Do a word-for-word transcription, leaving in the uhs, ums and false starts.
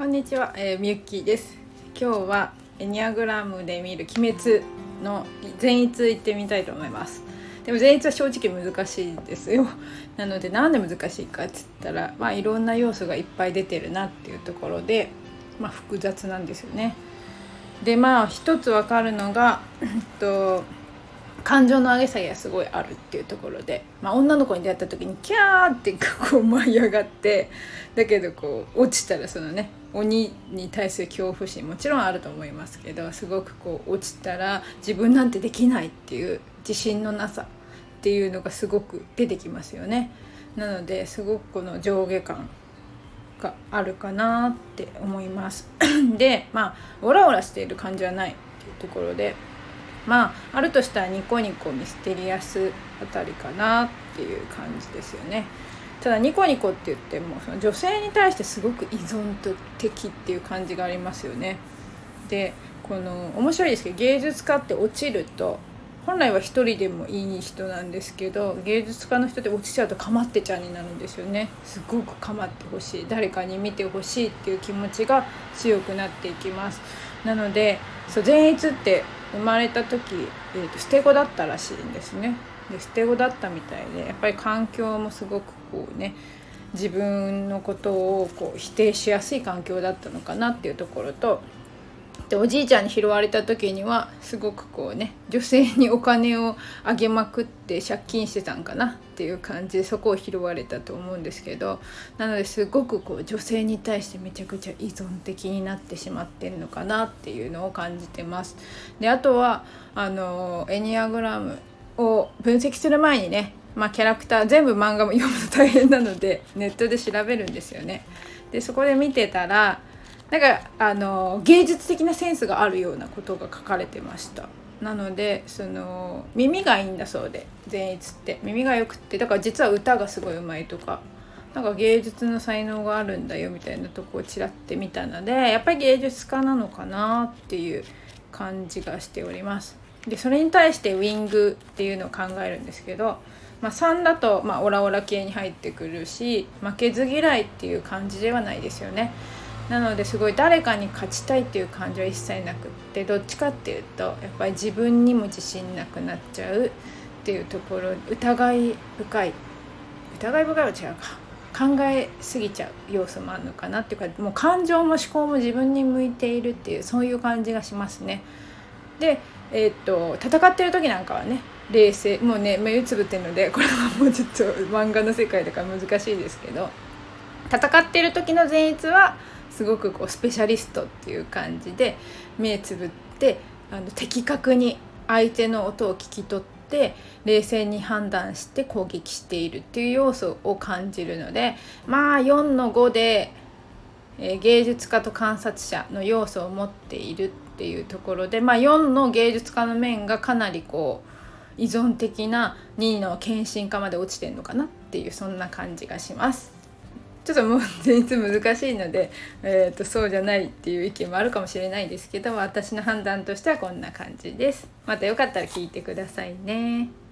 こんにちは、えー、みゆきです。今日はエニアグラムで見る鬼滅の善逸いってみたいと思います。でも善逸は正直難しいですよ。なのでなんで難しいかって言ったら、まあ、いろんな要素がいっぱい出てるなっていうところで、まあ、複雑なんですよね。でまあ一つ分かるのがと感情の上げ下げがすごいあるっていうところで、まあ、女の子に出会った時にキャーってこう舞い上がって、だけどこう落ちたらそのね鬼に対する恐怖心もちろんあると思いますけど、すごくこう落ちたら自分なんてできないっていう自信のなさっていうのがすごく出てきますよね。なのですごくこの上下感があるかなって思いますでまあオラオラしている感じはないっていうところで、まああるとしたらニコニコミステリアスあたりかなっていう感じですよね。ただニコニコって言ってもその女性に対してすごく依存的っていう感じがありますよね。でこの面白いですけど、芸術家って落ちると本来は一人でもいい人なんですけど、芸術家の人って落ちちゃうとかまってちゃんになるんですよね。すごくかまってほしい、誰かに見てほしいっていう気持ちが強くなっていきます。なのでそう善逸って生まれた時、えーと、捨て子だったらしいんですね。で捨て子だったみたいで、やっぱり環境もすごくこうね自分のことをこう否定しやすい環境だったのかなっていうところと、でおじいちゃんに拾われた時にはすごくこうね女性にお金をあげまくって借金してたんかなっていう感じで、そこを拾われたと思うんですけど、なのですごくこう女性に対してめちゃくちゃ依存的になってしまってるのかなっていうのを感じてます。であとはあのエニアグラムを分析する前にね、まあ、キャラクター全部漫画も読むの大変なのでネットで調べるんですよね。でそこで見てたらなんかあの芸術的なセンスがあるようなことが書かれてました。なのでその耳がいいんだそうで、善逸って耳がよくって、だから実は歌がすごい上手いとか、なんか芸術の才能があるんだよみたいなとこをちらって見たので、やっぱり芸術家なのかなっていう感じがしております。でそれに対してウィングっていうのを考えるんですけど、まあ、さんだとまあオラオラ系に入ってくるし、負けず嫌いっていう感じではないですよね。なのですごい誰かに勝ちたいっていう感じは一切なくって、どっちかっていうとやっぱり自分にも自信なくなっちゃうっていうところ、疑い深い疑い深いは違うか、考えすぎちゃう要素もあるのかなっていうか、もう感情も思考も自分に向いているっていう、そういう感じがしますね。で、えー、っと戦ってる時なんかはね冷静、もうね目つぶってるのでこれはもうちょっと漫画の世界だから難しいですけど、戦ってる時の善逸はすごくこうスペシャリストっていう感じで目つぶってあの的確に相手の音を聞き取って冷静に判断して攻撃しているっていう要素を感じるので、まあよんのごで、えー、芸術家と観察者の要素を持っているっていうところで、まあ、よんの芸術家の面がかなりこう依存的なにの献身家まで落ちてるのかなっていう、そんな感じがします。ちょっともう全然難しいので、えーと、そうじゃないっていう意見もあるかもしれないですけど、私の判断としてはこんな感じです。またよかったら聞いてくださいね。